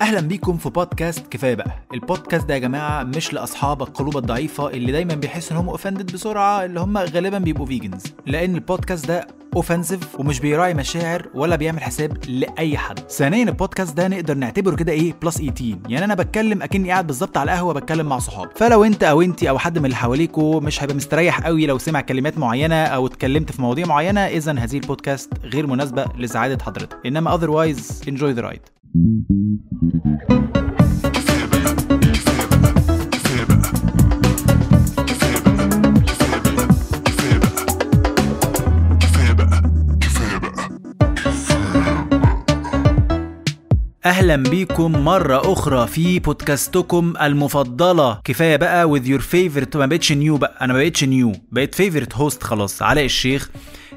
اهلا بيكم في بودكاست كفايه بقى. البودكاست ده يا جماعه مش لاصحاب القلوب الضعيفه اللي دايما بيحسوا انهم اوفندد بسرعه، اللي هم غالبا بيبقوا فيجنز، لان البودكاست ده اوفنسيف ومش بيراعي مشاعر ولا بيعمل حساب لاي حد. ثانيا البودكاست ده نقدر نعتبره كده بلس 18، يعني انا بتكلم اكني قاعد بالظبط على القهوه بتكلم مع صحاب. فلو انت او انتي او حد من اللي حواليكوا مش هيبقى مستريح قوي لو سمع كلمات معينه او اتكلمت في مواضيع معينه، اذا هذه البودكاست غير مناسبه لسعاده حضرتك، انما otherwise enjoy the ride. اهلا بيكم مرة اخرى في بودكاستكم المفضلة كفاية بقى with your favorite. ما بقتش نيو بقى، انا ما بقتش نيو، بقيت favorite host خلاص، علاء الشيخ.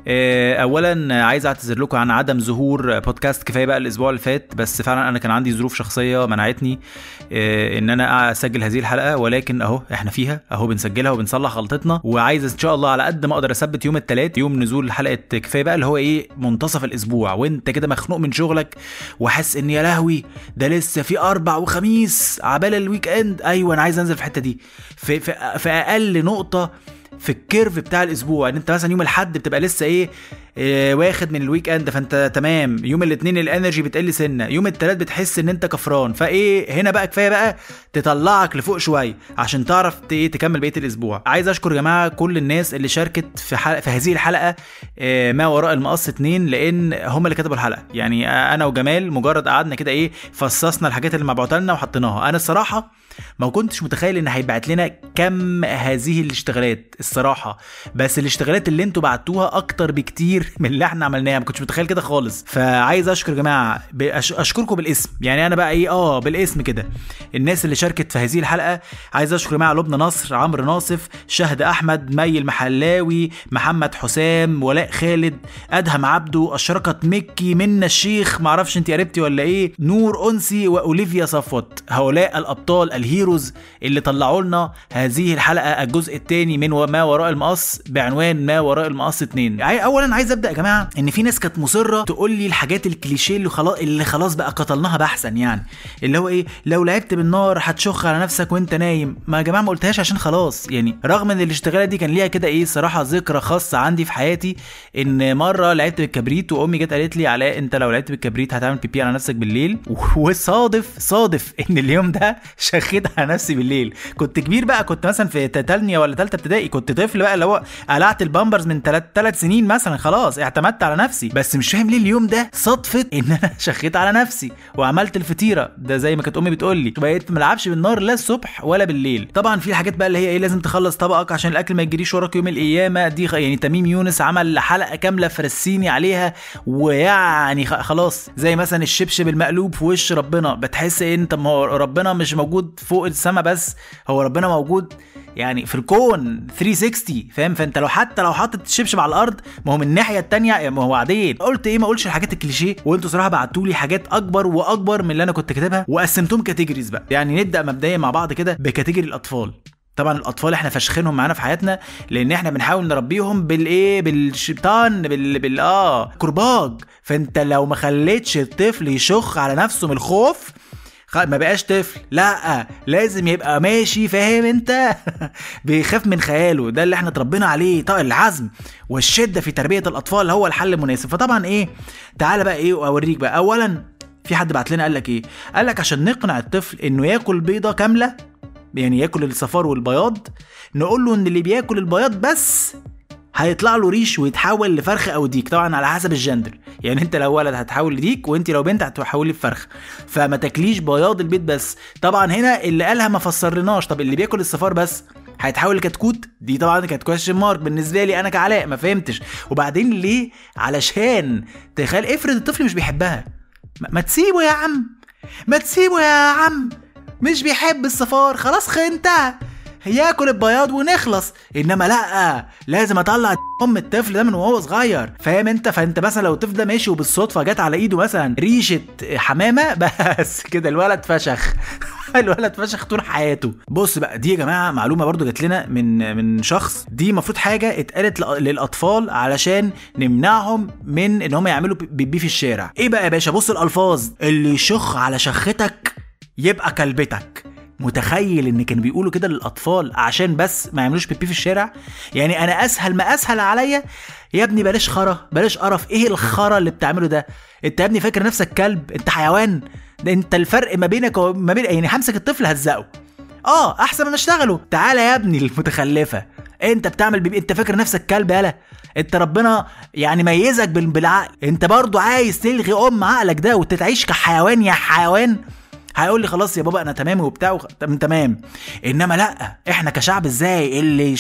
اولا عايز اعتذر لكم عن عدم ظهور بودكاست كفايه بقى الاسبوع اللي فات، بس فعلا انا كان عندي ظروف شخصيه منعتني ان انا اسجل هذه الحلقه، ولكن اهو احنا فيها، اهو بنسجلها وبنصلح غلطتنا، وعايز ان شاء الله على قد ما اقدر اثبت يوم الثلاث يوم نزول حلقه كفايه بقى، اللي هو منتصف الاسبوع، وانت كده مخنوق من شغلك وحس ان يا لهوي ده لسه في اربع وخميس عبال الويك اند. ايوه انا عايز انزل في الحته دي في اقل نقطه في الكيرف بتاع الاسبوع، ان انت مثلا يوم الاحد بتبقى لسه واخد من الويك اند، فانت تمام. يوم الاثنين الانرجي بتقل سنه، يوم الثلاث بتحس ان انت كفران، هنا بقى كفايه بقى تطلعك لفوق شويه عشان تعرف تكمل بقيه الاسبوع. عايز اشكر يا جماعه كل الناس اللي شاركت في هذه الحلقه ما وراء المقص 2، لان هم اللي كتبوا الحلقه. يعني انا وجمال مجرد قعدنا كده فصصنا الحاجات اللي مبعوتها لنا وحطيناها. انا الصراحه ما كنتش متخيل ان هيبعت لنا كم هذه الاشتغالات الصراحه، بس الاشتغالات اللي انتوا بعتوها اكتر بكتير من اللي احنا عملناها، ما كنتش متخيل كده خالص. فعايز اشكر يا جماعه، اشكركم بالاسم، يعني انا بقى بالاسم كده الناس اللي شاركت في هذه الحلقه. عايز اشكر يا جماعه لبنى نصر، عمرو ناصف، شهد احمد، مي المحلاوي، محمد حسام، ولاء خالد، ادهم عبده، اشرقت مكي، منا الشيخ، معرفش انت قربتي ولا نور انسي، واوليفيا صفوت. هؤلاء الابطال الهيروز اللي طلعوا لنا هذه الحلقه الجزء الثاني من ما وراء المقص بعنوان ما وراء المقص 2. اولا عايز ابدا يا جماعه ان في ناس كانت مصره تقول لي الحاجات الكليشيه اللي خلاص بقى قتلناها بحثا، يعني اللي هو لو لعبت بالنار هتشخ على نفسك وانت نايم. ما يا جماعه ما قلتهاش عشان خلاص، يعني رغم ان الاشتغاله دي كان ليها كده صراحه ذكرى خاصه عندي في حياتي. ان مره لعبت بالكبريت وامي جت قالت لي علاء انت لو لعبت بالكبريت هتعمل بيبي على نفسك بالليل. وصادف ان اليوم ده شخيت على نفسي بالليل. كنت كبير بقى، كنت مثلا في تانية ولا تالتة ابتدائي، كنت طفل بقى اللي هو قلعت البامبرز من 3 سنين مثلا، خلاص اعتمدت على نفسي. بس مش فاهم ليه اليوم ده صدفت ان انا شخيت على نفسي وعملت الفطيره ده زي ما كانت امي بتقول لي. بقيت ملعبش بالنار لا الصبح ولا بالليل. طبعا في الحاجات بقى اللي هي لازم تخلص طبقك عشان الاكل ما يجريش وراك يوم القيامه دي، يعني تميم يونس عمل حلقه كامله فرسيني عليها، ويعني خلاص زي مثلا الشبشب المقلوب في وش ربنا، بتحس انت ربنا مش موجود فوق السما بس، هو ربنا موجود يعني في الكون 360، فاهم؟ فانت لو حطت الشبشب على الارض ما هو من الناحيه التانية ما هو عادين. قلت ما اقولش الحاجات الكليشيه، وانتوا صراحه بعتولي حاجات اكبر واكبر من اللي انا كنت كاتبها، وقسمتهم كاتيجوريز بقى. يعني نبدا مبدئيا مع بعض كده بكاتيجوري الاطفال. طبعا الاطفال احنا فاشخينهم معانا في حياتنا، لان احنا بنحاول نربيهم بالشيطان كرباج. فانت لو ما خليتش الطفل يشخ على نفسه من الخوف ما بقاش طفل، لا لازم يبقى ماشي، فاهم انت؟ بيخاف من خياله. ده اللي احنا اتربينا عليه، طبعا العزم والشده في تربيه الاطفال هو الحل المناسب. فطبعا تعالى بقى اوريك بقى. اولا في حد بعت لنا قال لك عشان نقنع الطفل انه ياكل بيضه كامله، يعني ياكل الصفار والبياض، نقول له ان اللي بياكل البياض بس هيطلع له ريش ويتحول لفرخ او ديك، طبعا على حسب الجندر. يعني انت لو ولد هتحول لديك، وانت لو بنت هتحول لفرخ، فما تاكليش بياض البيض بس. طبعا هنا اللي قالها ما فسرناش، طب اللي بياكل الصفار بس هيتحول لكتكوت؟ دي طبعا كانت كويشن مارك بالنسبه لي انا كعلاء، ما فهمتش. وبعدين ليه؟ علشان تخيل افرض الطفل مش بيحبها، ما تسيبه يا عم، ما تسيبه يا عم، مش بيحب الصفار، خلاص انتهى، ياكل البياض ونخلص. انما لا، لازم اطلع الطفل ده من وهو صغير، فاهم انت؟ فانت مثلا لو الطفل ده ماشي وبالصدفه جت على ايده مثلا ريشه حمامه، بس كده الولد فشخ. الولد فشخ طول حياته. بص بقى، دي يا جماعه معلومه برضو جات لنا من شخص، دي المفروض حاجه اتقالت للاطفال علشان نمنعهم من ان هم يعملوا بيبي في الشارع. ايه بقى يا باشا؟ بص الالفاظ: اللي يشخ على شختك يبقى كلبتك. متخيل ان كانوا بيقولوا كده للاطفال عشان بس ما يعملوش بيبي في الشارع؟ يعني انا اسهل عليا يا ابني بلاش خرا بلاش قرف. ايه الخرا اللي بتعمله ده؟ انت يا ابني فاكر نفسك كلب؟ انت حيوان. ده انت الفرق ما بينك وما بين يعني همسك الطفل هزقه احسن ما اشتغله. تعالى يا ابني المتخلفه، انت بتعمل بيبي، انت فاكر نفسك كلب؟ يالا انت ربنا يعني ميزك بالعقل، انت برضو عايز تلغي عقلك ده وتتعيش كحيوان؟ يا حيوان هيقول لي خلاص يا بابا انا تمام وبتاع تمام. انما لا، احنا كشعب ازاي اللي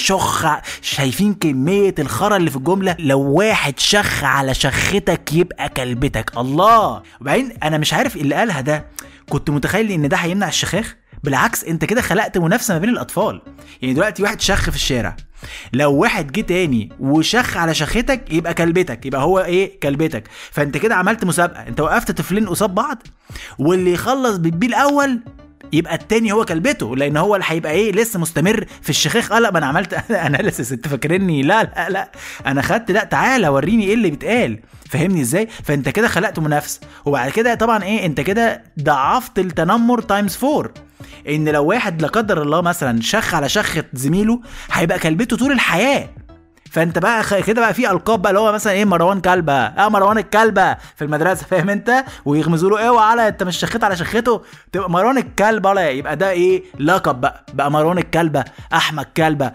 شايفين كمية الخرا اللي في الجملة. لو واحد شخ على شختك يبقى كلبتك. الله. وبعدين انا مش عارف اللي قالها ده كنت متخيل ان ده هيمنع الشخاخ. بالعكس، انت كده خلقت منافسة ما بين الاطفال. يعني دلوقتي واحد شخ في الشارع، لو واحد جه تاني وشخ على شختك يبقى كلبتك، يبقى هو ايه؟ كلبتك. فانت كده عملت مسابقة، انت وقفت طفلين قصاد بعض، واللي يخلص بالبي الاول يبقى التاني هو كلبته، لان هو اللي هيبقى ايه؟ لسه مستمر في الشخيخ. لا ما انا عملت انا لسه انت فاكرني؟ لا انا خدت. لا تعالى وريني ايه اللي بيتقال. فهمني ازاي؟ فانت كده خلقت منافسه. وبعد كده طبعا ايه؟ انت كده ضعفت التنمر تايمز 4. ان لو واحد لا قدر الله مثلا شخ على شخة زميله هيبقى كلبته طول الحياة. فانت بقى كده بقى في القاب بقى اللي هو مثلا ايه؟ مروان كلبه، مروان الكلبه في المدرسه، فاهم انت؟ ويغمزوا له اوعى على انت مش شخيت على شخته تبقى مروان الكلبه. لا يبقى ده ايه؟ لقب بقى مروان الكلبه، احمد كلبه،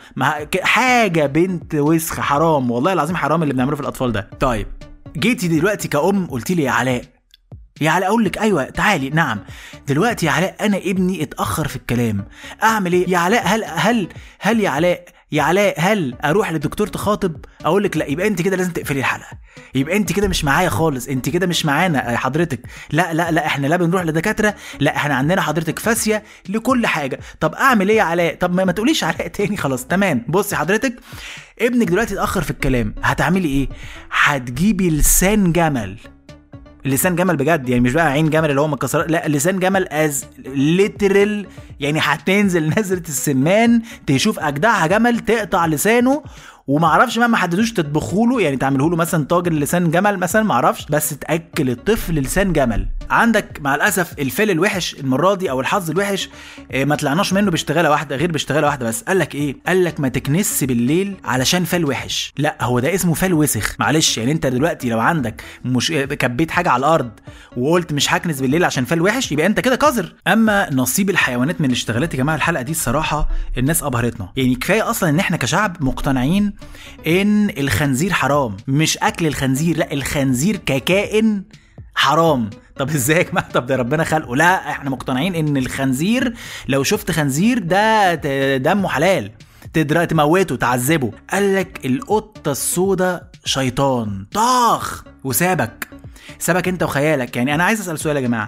حاجه بنت وسخ. حرام والله العظيم، حرام اللي بنعمله في الاطفال ده. طيب جيتي دلوقتي كأم قلت لي يا علاء اقول لك ايوه تعالي. نعم دلوقتي يا علاء انا ابني اتاخر في الكلام، اعمل ايه يا علاء؟ هل يا علاء هل اروح للدكتور تخاطب؟ اقول لك لا، يبقى انت كده لازم تقفلي الحلقه، يبقى انت كده مش معايا خالص، انت كده مش معانا حضرتك. لا احنا لا بنروح لدكاتره، لا احنا عندنا حضرتك فاسيه لكل حاجه. طب اعمل ايه يا علاء؟ طب ما تقوليش علاء تاني خلاص تمام. بصي حضرتك ابنك دلوقتي اتاخر في الكلام، هتعملي ايه؟ هتجيبي لسان جمل. لسان جمل بجد، يعني مش بقى عين جمل اللي هو مكسرات، لا لسان جمل از ليترال. يعني هتنزل نزلة السمان تشوف اجدعها جمل تقطع لسانه. ومعرفش ما حددوش تطبخوله، يعني تعمله له مثلا طاجن لسان جمل مثلا، معرفش، بس تاكل الطفل لسان جمل. عندك مع الاسف الفيل الوحش المره دي او الحظ الوحش، ما طلعناش منه باشتغاله واحده، غير باشتغاله واحده بس. قال لك ايه؟ قال لك ما تكنس بالليل علشان فيل وحش. لا هو ده اسمه فيل وسخ. معلش يعني انت دلوقتي لو عندك مش كبيت حاجه على الارض وقلت مش هكنس بالليل عشان فيل وحش، يبقى انت كده قذر. اما نصيب الحيوانات من الاشتغالات يا جماعه، الحلقه دي الصراحه الناس ابهرتنا. يعني كفايه اصلا ان احنا كشعب مقتنعين ان الخنزير حرام. مش اكل الخنزير، لا الخنزير ككائن حرام. طب ازاي يا جماعه؟ طب ده ربنا خلقه. لا احنا مقتنعين ان الخنزير لو شفت خنزير ده دمه حلال، تموته تعذبه. قالك القطه السوداء شيطان طاخ وسابك انت وخيالك. يعني انا عايز اسال سؤال يا جماعه،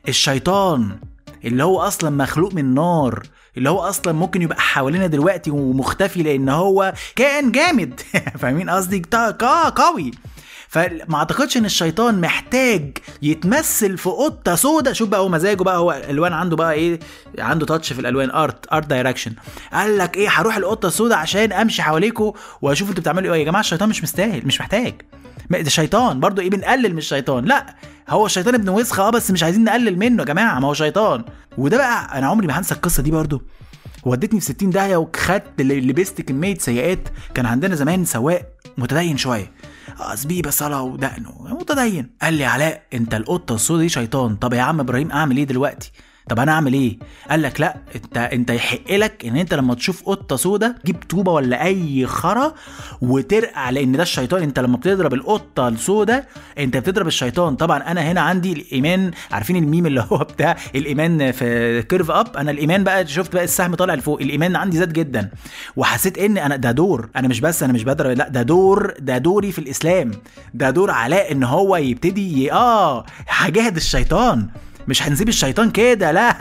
الشيطان اللي هو اصلا مخلوق من نار، اللي هو اصلا ممكن يبقى حوالينا دلوقتي ومختفي لان هو كائن جامد فاهمين قصدي؟ قوي. فما اعتقدش ان الشيطان محتاج يتمثل في قطه سودا. شوف بقى هو مزاجه بقى، هو الالوان عنده بقى ايه؟ عنده تاتش في الالوان، ارت دايركشن. قال لك ايه؟ هروح القطه السودا عشان امشي حواليكوا واشوف انتوا بتعملوا ايه. يا جماعه الشيطان مش مستاهل، مش محتاج. ده شيطان برضو ايه؟ بنقلل من الشيطان؟ لا هو الشيطان ابن وسخه بس مش عايزين نقلل منه يا جماعه، ما هو شيطان. وده بقى انا عمري ما هنسى القصه دي برضو، ودتني في 60 داهيه وخدت لبست كميه سيئات. كان عندنا زمان سواق متدين شويه، زبيبه صلاه ودقنه متدين. قال لي علاء انت القطه السوداء دي شيطان. طب يا عم ابراهيم اعمل ايه دلوقتي؟ طب انا اعمل ايه؟ قال لك لا انت يحق لك ان انت لما تشوف قطه سودا جيب طوبه ولا اي خرا وترقع، لان ده الشيطان. انت لما بتضرب القطه السودا انت بتضرب الشيطان. طبعا انا هنا عندي الايمان، عارفين الميم اللي هو بتاع الايمان في كيرف اب؟ انا الايمان بقى شفت بقى السهم طالع لفوق، الايمان عندي زاد جدا، وحسيت ان انا ده دور، انا مش بضرب، لا ده دوري في الاسلام، ده دور علاء ان هو يبتدي هجاهد الشيطان. مش هنسيب الشيطان كده، لا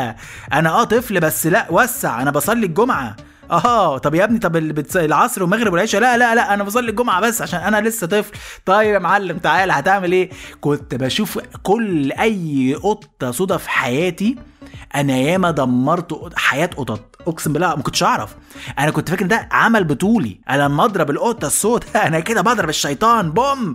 انا طفل بس، لا وسع، انا بصلي الجمعه. طب يا ابني طب العصر والمغرب والعشاء، لا انا بصلي الجمعه بس عشان انا لسه طفل. طيب يا معلم تعال هتعمل ايه؟ كنت بشوف كل اي قطه سودا في حياتي. انا ياما دمرت حياه قطط اقسم بالله، ما كنتش اعرف. انا كنت فاكر ده عمل بطولي، انا لما اضرب القطه السودا انا كده بضرب الشيطان بوم.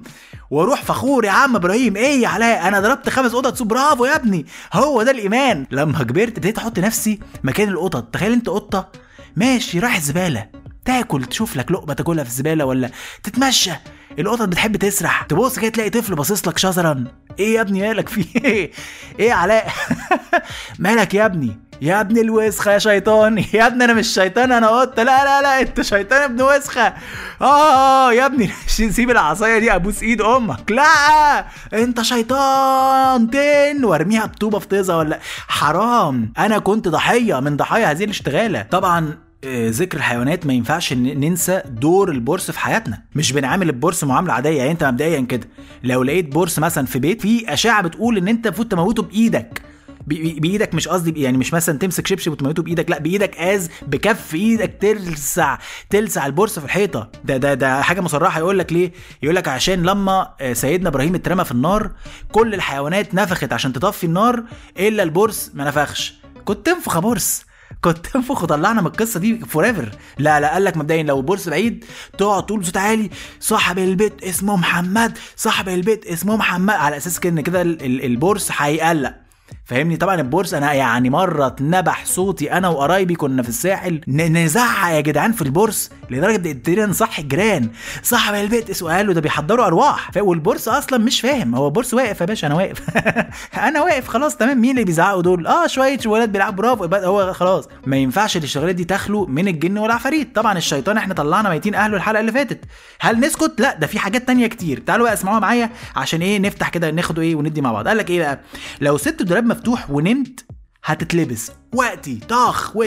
واروح فخور يا عم ابراهيم ايه يا علاء انا ضربت 5 قطط برافو يا ابني هو ده الايمان. لما كبرت ابتديت احط نفسي مكان القطط. تخيل انت قطه ماشي رايح الزباله تاكل تشوف لك لقمه تاكلها في الزباله ولا تتمشى، القطط بتحب تسرح، تبص كده تلاقي طفل باصص لك شزرا ايه يا ابني مالك في ايه يا علاء مالك يا ابني يا ابن الوسخه يا شيطان يا ابني انا مش شيطان انا قلت لا انت شيطان يا ابن وسخه يا ابني سيب العصايه دي ابوس ايد امك لا انت شيطان وارميها بطوبه في طيزه ولا حرام. انا كنت ضحيه من ضحايا هذه الاشتغاله. طبعا ذكر الحيوانات ما ينفعش ننسى دور البورس في حياتنا. مش بنعامل البورس معامله عاديه، يعني انت مبدئيا كده لو لقيت بورس مثلا في بيت في اشعه بتقول ان انت المفروض تموته بايدك بايدك، مش قصدي يعني مش مثلا تمسك شبشب وتموته بايدك، لا بايدك بكف ايدك تلسع البورس في الحيطه. ده حاجه مصرحه. يقول لك ليه؟ يقول لك عشان لما سيدنا ابراهيم اترمى في النار كل الحيوانات نفخت عشان تطفي النار الا البورس ما نفخش. كنت تنفخ يا بورس، كنت تنفخ وطلعنا من القصه دي فوريفر. لا قال لك مبدئيا لو البورس بعيد تقعد تقول بصوت عالي صاحب البيت اسمه محمد، صاحب البيت اسمه محمد، على اساس كده البورس هيقلق. فاهمني؟ طبعا البورس انا يعني مره اتنبح صوتي انا وقرايبي كنا في الساحل نزعق يا جدعان في البورس لدرجه ابتدينا نصحي الجيران صاحب البيت اسمه، قالوا ده بيحضروا ارواح. والبورس اصلا مش فاهم، هو بورس واقف يا باشا انا واقف انا واقف خلاص تمام. مين اللي بيزعقوا دول؟ شويه ولاد بيلعبوا برافو، هو خلاص. ما ينفعش الاشتغالات دي تخلو من الجن والعفاريت. طبعا الشيطان احنا طلعنا ميتين اهله الحلقه اللي فاتت، هل نسكت؟ لا ده في حاجات تانية كتير. تعالوا بقى اسمعوها معايا عشان ايه نفتح كده ناخد ايه وندي مع بعض. قال لك ايه بقى؟ لو سبت الدولاب مفتوح ونمت هتتلبس وقتي طخ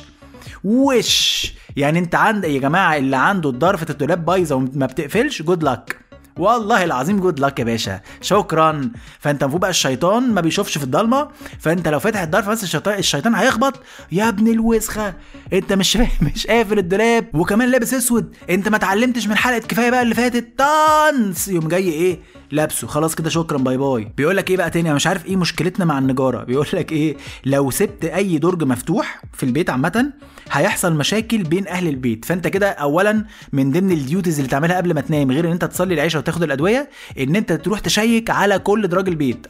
وش يعني انت عند يا جماعه اللي عنده ضرفه الدولاب بايظه وما بتقفلش جود لك، والله العظيم جود لك يا باشا شكرا. فانت المفروض بقى الشيطان ما بيشوفش في الضلمه، فانت لو فاتح الضرفه بس الشيطان هيخبط يا ابن الوسخه انت مش قافل الدولاب وكمان لابس اسود، انت ما اتعلمتش من حلقه كفايه بقى اللي فاتت طانس يوم جاي ايه لابسه خلاص كده شكرا باي باي. بيقول لك ايه بقى تاني؟ انا مش عارف ايه مشكلتنا مع النجاره. بيقول لك ايه؟ لو سبت اي درج مفتوح في البيت عامه هيحصل مشاكل بين اهل البيت. فانت كده اولا من ضمن الديوتيز اللي تعملها قبل ما تنام غير ان انت تصلي العشاء وتاخد الادويه ان انت تروح تشيك على كل دراج البيت.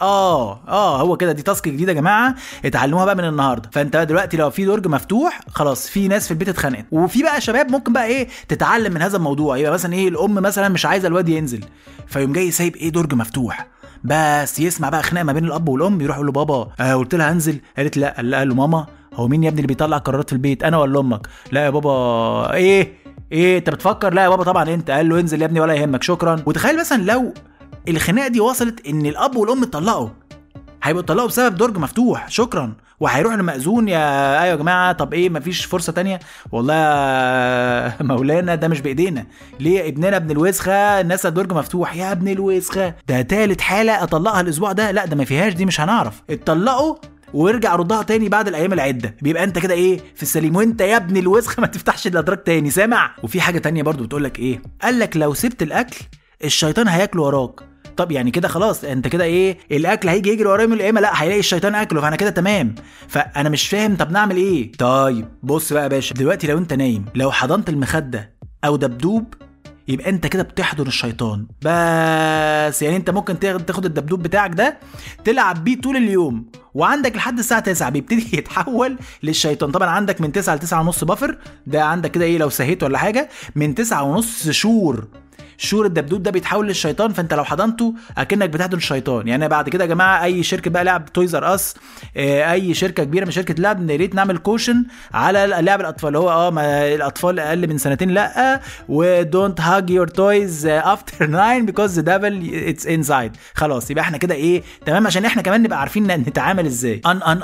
هو كده دي تاسك جديده يا جماعه اتعلموها بقى من النهارده. فانت دلوقتي لو في درج مفتوح خلاص في ناس في البيت اتخانقت. وفي بقى شباب ممكن بقى ايه تتعلم من هذا الموضوع. يبقى مثلا ايه الام مثلا مش عايزه الواد ينزل فيقوم جاي سايب ايه درج مفتوح بس يسمع بقى خناقه ما بين الاب والام، يروح يقول له بابا قلت لها هنزل، قالت لا، قال له ماما هو مين يا ابني اللي بيطلع قرارات في البيت انا ولا امك؟ لا يا بابا ايه انت بتفكر؟ لا يا بابا طبعا انت. قال له انزل يا ابني ولا يهمك شكرا. وتخيل مثلا لو الخناقه دي وصلت ان الاب والام اتطلقوا، هيبقوا اتطلقوا بسبب درج مفتوح شكرا، وهيروح لمأذون يا جماعه طب ايه مفيش فرصه تانية؟ والله يا مولانا ده مش بايدينا، ليه ابننا ابن الوسخه الناس الدرج مفتوح يا ابن الوسخه ده تالت حاله اطلقها الاسبوع ده، لا ده ما فيهاش دي مش هنعرف. اتطلقوا وارجع ردها تاني بعد الايام العده، بيبقى انت كده ايه في السليم. وانت يا ابن الوسخه ما تفتحش الادراج تاني سامع؟ وفي حاجه تانية برضو بتقول لك ايه؟ قال لك لو سبت الاكل الشيطان هياكله وراك. طب يعني كده خلاص انت كده ايه الاكل هيجي يجري ورايا من القيامه؟ لا هيلاقي الشيطان اكله، فانا كده تمام. فانا مش فاهم طب نعمل ايه؟ طيب بص بقى يا باشا، دلوقتي لو انت نايم لو حضنت المخده او دبدوب يبقى انت كده بتحضن الشيطان بس. يعني انت ممكن تاخد الدبدوب بتاعك ده تلعب بيه طول اليوم وعندك لحد الساعه 9 بيبتدي يتحول للشيطان. طبعا عندك من 9 ل 9:30 بفر، ده عندك كده ايه لو سهيت ولا حاجه، من 9:30 شهور الدبدوب ده بيتحول للشيطان. فانت لو حضنته اكنك بتحضن الشيطان. يعني بعد كده يا جماعه اي شركه بقى لعب تويزر اس اي شركه كبيره من شركه لعب يا ريت نعمل كوشن على لعب الاطفال اللي هو ما الاطفال اقل من 2 لا ودونت هاج يور تويز افتر 9 because the devil it's inside. خلاص يبقى احنا كده ايه تمام عشان احنا كمان نبقى عارفين نتعامل ازاي.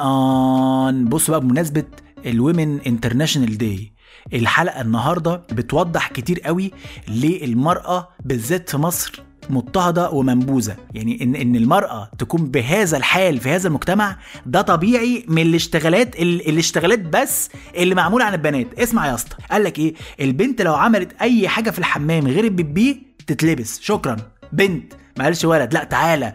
بص بقى بمناسبه الويمن انترناشونال داي، الحلقة النهاردة بتوضح كتير قوي ليه المرأة بالذات في مصر مضطهدة ومنبوذة. يعني ان المرأة تكون بهذا الحال في هذا المجتمع ده طبيعي من الاشتغالات بس اللي معمولة عن البنات. اسمع يا اسطى، قال لك ايه؟ البنت لو عملت اي حاجة في الحمام غير البيبي تتلبس شكرا. بنت ما قالش ولد، لا تعالى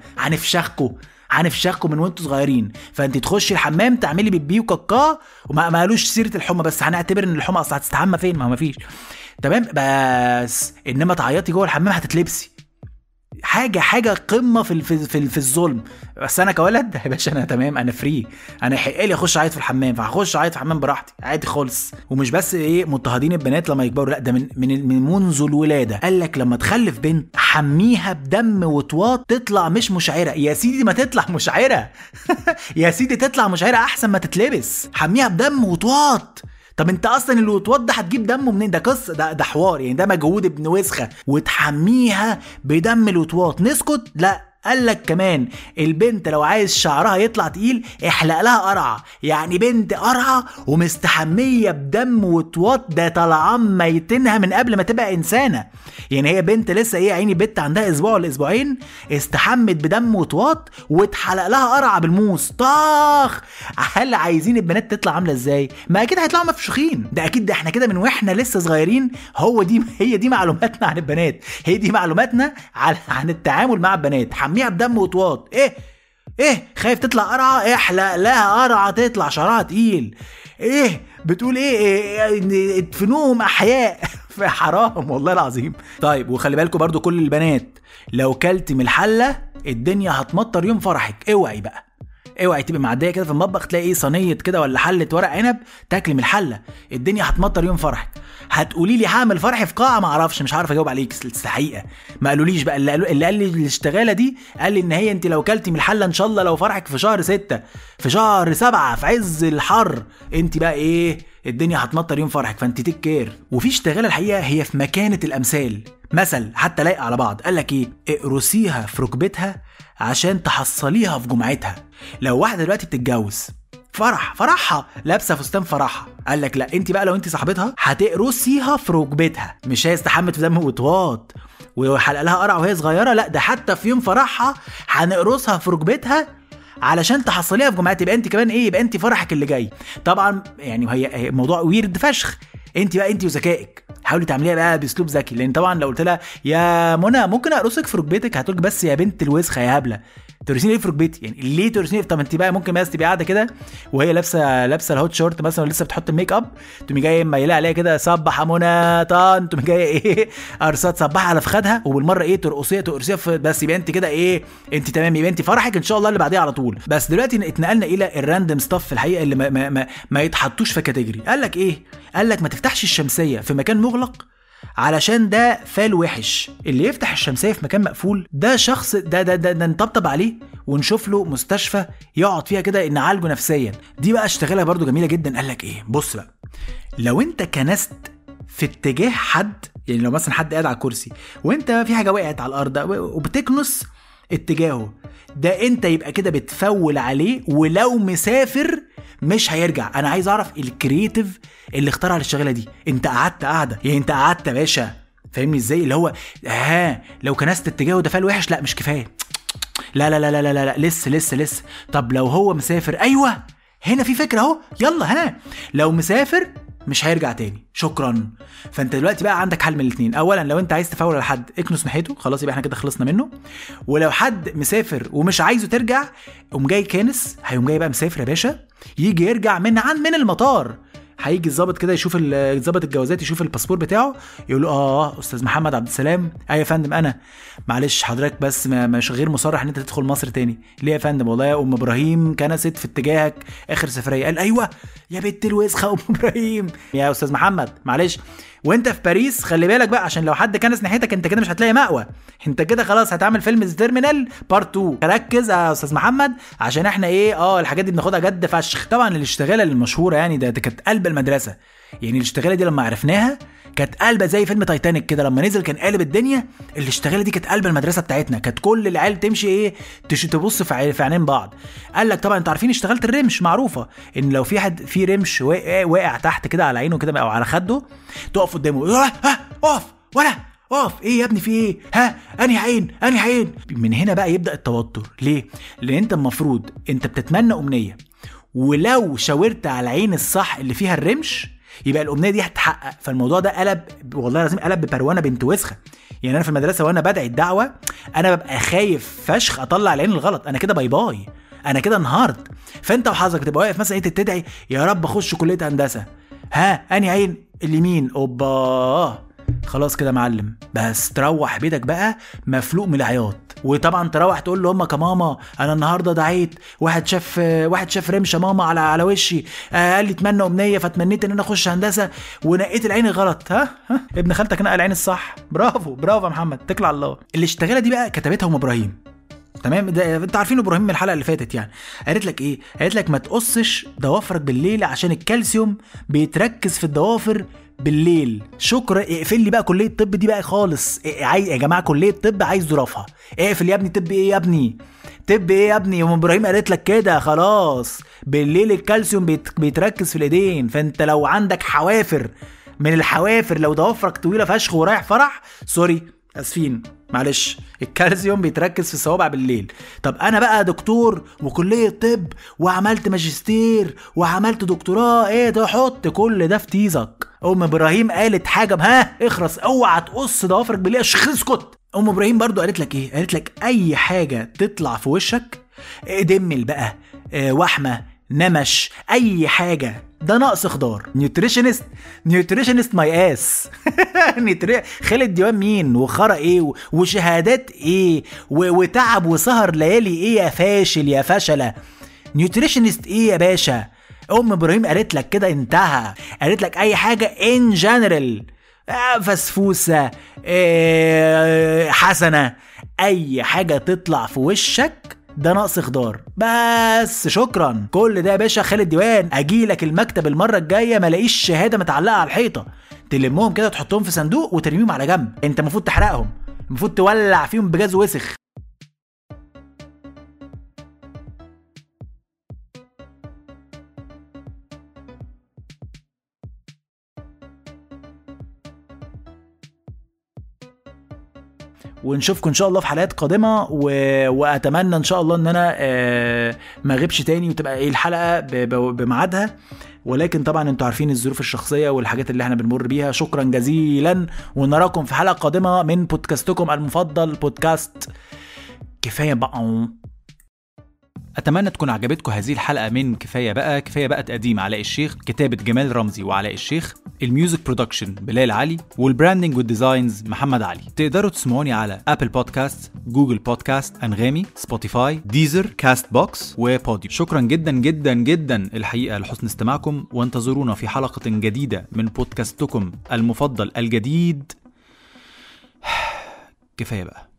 هنفشخكم من وانتوا صغيرين. فانت تخشي الحمام تعملي بيبي وكاكا وما قالوش سيره الحمى، بس هنعتبر ان الحمى اصلا هتستحمى فين؟ ما فيش تمام. بس انما تعيطي جوه الحمام هتتلبسي حاجه قمه في الظلم. بس انا كولد يا باشا انا تمام، انا فري، انا يحق لي اخش اعيط في الحمام، فهخش اعيط في الحمام براحتي عادي خالص. ومش بس مضطهدين البنات لما يكبروا، لا ده من منذ الولاده. قال لك لما تخلف بنت حميها بدم وطواط تطلع مش مشعره. يا سيدي ما تطلع مشعره يا سيدي تطلع مشعره احسن ما تتلبس. حميها بدم وطواط. طب انت اصلا الوطواط ده هتجيب دمه منين؟ ده قصه، ده حوار يعني، ده مجهود ابن وسخه. وتحميها بدم الوطواط نسكت؟ لا. قال لك كمان البنت لو عايز شعرها يطلع تقيل احلق لها قرعه. يعني بنت قرعه ومستحميه بدم وطواط، ده طلعان ميتينها من قبل ما تبقى انسانه. يعني هي بنت لسه عيني بنت عندها اسبوع ولا اسبوعين استحمت بدم وطواط واتحلق لها قرعه بالموس. طاخ. هل عايزين البنات تطلع عامله ازاي؟ ما اكيد هيطلعوا مفشوخين. ده اكيد، ده احنا كده من واحنا لسه صغيرين. هي دي معلوماتنا عن البنات، هي دي معلوماتنا عن التعامل مع البنات. حميها بدم وطواط. ايه خايف تطلع قرعه؟ احلق لها قرعه تطلع شعرها تقيل. بتقول ايه ادفنوهم احياء في حرام والله العظيم. طيب وخلي بالكم برضو كل البنات، لو كلت من الحله الدنيا هتمطر يوم فرحك. اوعي تبقى معديه كده في المطبخ تلاقي صينيه كده ولا حله ورق عنب تاكل من الحله، الدنيا هتمطر يوم فرحك. هتقولي لي هعمل فرح في قاعه، ما اعرفش، مش عارف اجاوب عليك الحقيقه. ما قالوليش بقى. اللي قال لي الاشتغاله دي قال لي ان هي انت لو كلتي من الحله ان شاء الله لو فرحك في شهر 6 في شهر 7 في عز الحر انت بقى الدنيا هتمطر يوم فرحك، فانت تكير. وفي اشتغاله الحقيقه هي في مكانه الامثال، مثل حتى لايق على بعض. قال لك اقرصيها في ركبتها عشان تحصليها في جمعتها. لو واحده دلوقتي بتتجوز فرحها لابسه فستان فرحها، قال لك لا انت بقى لو انت صاحبتها هتقرصيها في ركبتها. مش هي استحمت في دم وطواط وحلق لها قرع وهي صغيره، لا ده حتى في يوم فرحها هنقرصها في ركبتها علشان تحصليها في جمعتها. يبقى انت كمان يبقى انت فرحك اللي جاي. طبعا يعني هي موضوع ويرد فشخ. انت وذكائك حاولي تعمليها بقى باسلوب ذكي، لان طبعا لو قلت لها يا منى ممكن اقرصك في ركبتك هتقولك بس يا بنت الوسخه يا هبله ترسيني ليه في ركبتي؟ يعني ليه ترسيني؟ طب انت بقى ممكن بس تبقى قاعده كده وهي لابسه الهوت شورت مثلا ولسه بتحط الميك اب، تقومي جايه مايله عليها كده صبح يا منى طن، تقومي جايه قرصات صباحه على فخدها وبالمره ترقصيها بس. يبقى انت كده انت تمام، يبقى انت فرحك ان شاء الله اللي بعديها على طول. بس دلوقتي اتنقلنا الى الراندوم ستاف الحقيقه اللي ما يتحطوش في كاتيجوري. قال لك ما تفتحش الشمسيه في مكان مغلق علشان ده فال وحش. اللي يفتح الشمسية في مكان مقفول ده شخص ده نطبطب عليه ونشوف له مستشفى يقعد فيها كده نعالجه نفسيا. دي بقى اشتغلها برضو جميلة جدا. قال لك بص بقى، لو انت كنست في اتجاه حد، يعني لو مثلا حد قاعد على كرسي وانت في حاجة وقعت على الارض وبتكنس اتجاهه ده، انت يبقى كده بتفول عليه، ولو مسافر مش هيرجع. انا عايز اعرف الكرييتيف اللي اخترع الشغله دي. انت قعدت قاعده، يعني انت قعدت يا باشا، فاهمني ازاي؟ اللي هو لو كنست اتجاهه ده فال وحش، لا مش كفايه، لا لا لا لا لا, لا. لسه. طب لو هو مسافر، ايوه هنا في فكره اهو، يلا لو مسافر مش هيرجع تاني، شكرا. فانت دلوقتي بقى عندك حل من الاثنين. اولا لو انت عايز تفاول على حد اكنس ناحيته، خلاص يبقى احنا كده خلصنا منه. ولو حد مسافر ومش عايزه ترجع، قوم جاي كانس، هيقوم جاي بقى مسافر يا باشا، يجي يرجع من المطار، هيجي الضابط كده يشوف الضابط الجوازات يشوف الباسبور بتاعه، يقول له استاذ محمد عبد السلام. ايوه يا فندم انا، معلش حضرتك بس مش غير مصرح ان انت تدخل مصر تاني. ليه يا فندم؟ والله يا ام ابراهيم كنست في اتجاهك اخر سفريه. قال ايوه يا بنت الوسخه ام ابراهيم. يا استاذ محمد معلش، وانت في باريس خلي بالك بقى، عشان لو حد كنس ناحيتك انت كده مش هتلاقي مأوى، انت كده خلاص هتعمل فيلم تيرمينال بارت 2. ركز يا استاذ محمد عشان احنا الحاجات دي بناخدها جد فشخ. طبعا الاشتغاله المشهوره يعني ده كانت قلب المدرسه. يعني الاشتغاله دي لما عرفناها كانت قلبه زي فيلم تايتانيك كده، لما نزل كان قالب الدنيا. الاشتغاله دي كانت قلب المدرسه بتاعتنا، كانت كل العيال تمشي تبص في عينين بعض. قال لك طبعا انتوا عارفين اشتغاله الرمش معروفه، ان لو في حد في رمش واقع تحت كده على عينه كده او على خده، تقف قدامه اقف ولا اقف. يا ابني في انهي عين. من هنا بقى يبدا التوتر. ليه؟ لان انت المفروض انت بتتمنى امنيه، ولو شاورت على العين الصح اللي فيها الرمش يبقى الامنيه دي هتتحقق. فالموضوع ده قلب والله لازم قلب ببروانه بنت وسخه. يعني انا في المدرسه وانا بدعي الدعوه انا ببقى خايف فشخ اطلع العين الغلط، انا كده باي انا كده انهارت. فانت وحظك تبقى واقف مثلا تدعي يا رب اخش كليه هندسه، انهي عين؟ اليمين. اوبا خلاص كده معلم، بس تروح بيتك بقى مفلوق من العياط. وطبعا تروح تقول له امك يا ماما انا النهارده دعيت، واحد شاف رمشه ماما على وشي، قال لي اتمنى امنيه فتمنيت ان انا اخش هندسه ونقيت العين غلط. ها ابن خالتك نقى العين الصح. برافو يا محمد، تكل على الله. الاشتغاله دي بقى كتبتها ابراهيم، تمام؟ ده انت عارفين ابراهيم من الحلقه اللي فاتت يعني. قالت لك ايه؟ قالت لك ما تقصش ضوافرك بالليل عشان الكالسيوم بيتركز في الضوافر بالليل. شكرا. اقفل لي بقى كليه الطب دي بقى خالص. يا جماعه كليه الطب عايز ظرافها. اقفل يا ابني. طب ايه يا ابني؟ طب ايه يا ابني؟ ابراهيم قالت لك كده خلاص. بالليل الكالسيوم بيتركز في الايدين، فانت لو عندك حوافر من الحوافر، لو ضوافرك طويله فشخ ورايح فرح، سوري اسفين معلش، الكالسيوم بيتركز في الصوابع بالليل. طب انا بقى دكتور وكليه طب وعملت ماجستير وعملت دكتوراه، ايه ده؟ حط كل ده في تيزك. ابراهيم قالت حاجه، اخرس، اوعى تقص ضوافرك بالليل. اسكت. ابراهيم برضو قالت لك ايه؟ قالت لك اي حاجه تطلع في وشك، دمل بقى، وحمه، نمش، اي حاجه، ده نقص خضار. نيوتريشنست ماي اس. خالد ديوان مين وخرا ايه وشهادات ايه وتعب وسهر ليالي ايه يا فاشل يا فشله؟ نيوتريشنست ايه يا باشا؟ ابراهيم قالت لك كده، انتهى. قالت لك اي حاجه ان جنرال، فسفوسه، حسنه، اي حاجه تطلع في وشك ده نقص خضار بس. شكرا. كل ده يا باشا خالد ديوان. اجيلك المكتب المره الجايه ما الاقيش شهاده متعلقه على الحيطه، تلمهم كده تحطهم في صندوق وترميهم على جنب. انت المفروض تحرقهم، المفروض تولع فيهم بجاز وسخ. ونشوفكم ان شاء الله في حلقات قادمه واتمنى ان شاء الله ان انا ما اغيبش تاني وتبقى ايه الحلقه بميعادها، ولكن طبعا انتوا عارفين الظروف الشخصيه والحاجات اللي احنا بنمر بيها. شكرا جزيلا، ونراكم في حلقه قادمه من بودكاستكم المفضل، بودكاست كفايه بقى. اتمنى تكون عجبتكم هذه الحلقه من كفايه بقى تقديم علاء الشيخ، كتابه جمال رمزي وعلاء الشيخ، الميوزك برودكشن بلال علي، والبراندنج والديزاينز محمد علي. تقدروا تسمعوني على ابل بودكاست، جوجل بودكاست، انغامي، سبوتيفاي، ديزر، كاست بوكس، وبوديو. شكرا جدا جدا جدا الحقيقه لحسن استماعكم، وانتظرونا في حلقه جديده من بودكاستكم المفضل الجديد كفايه بقى.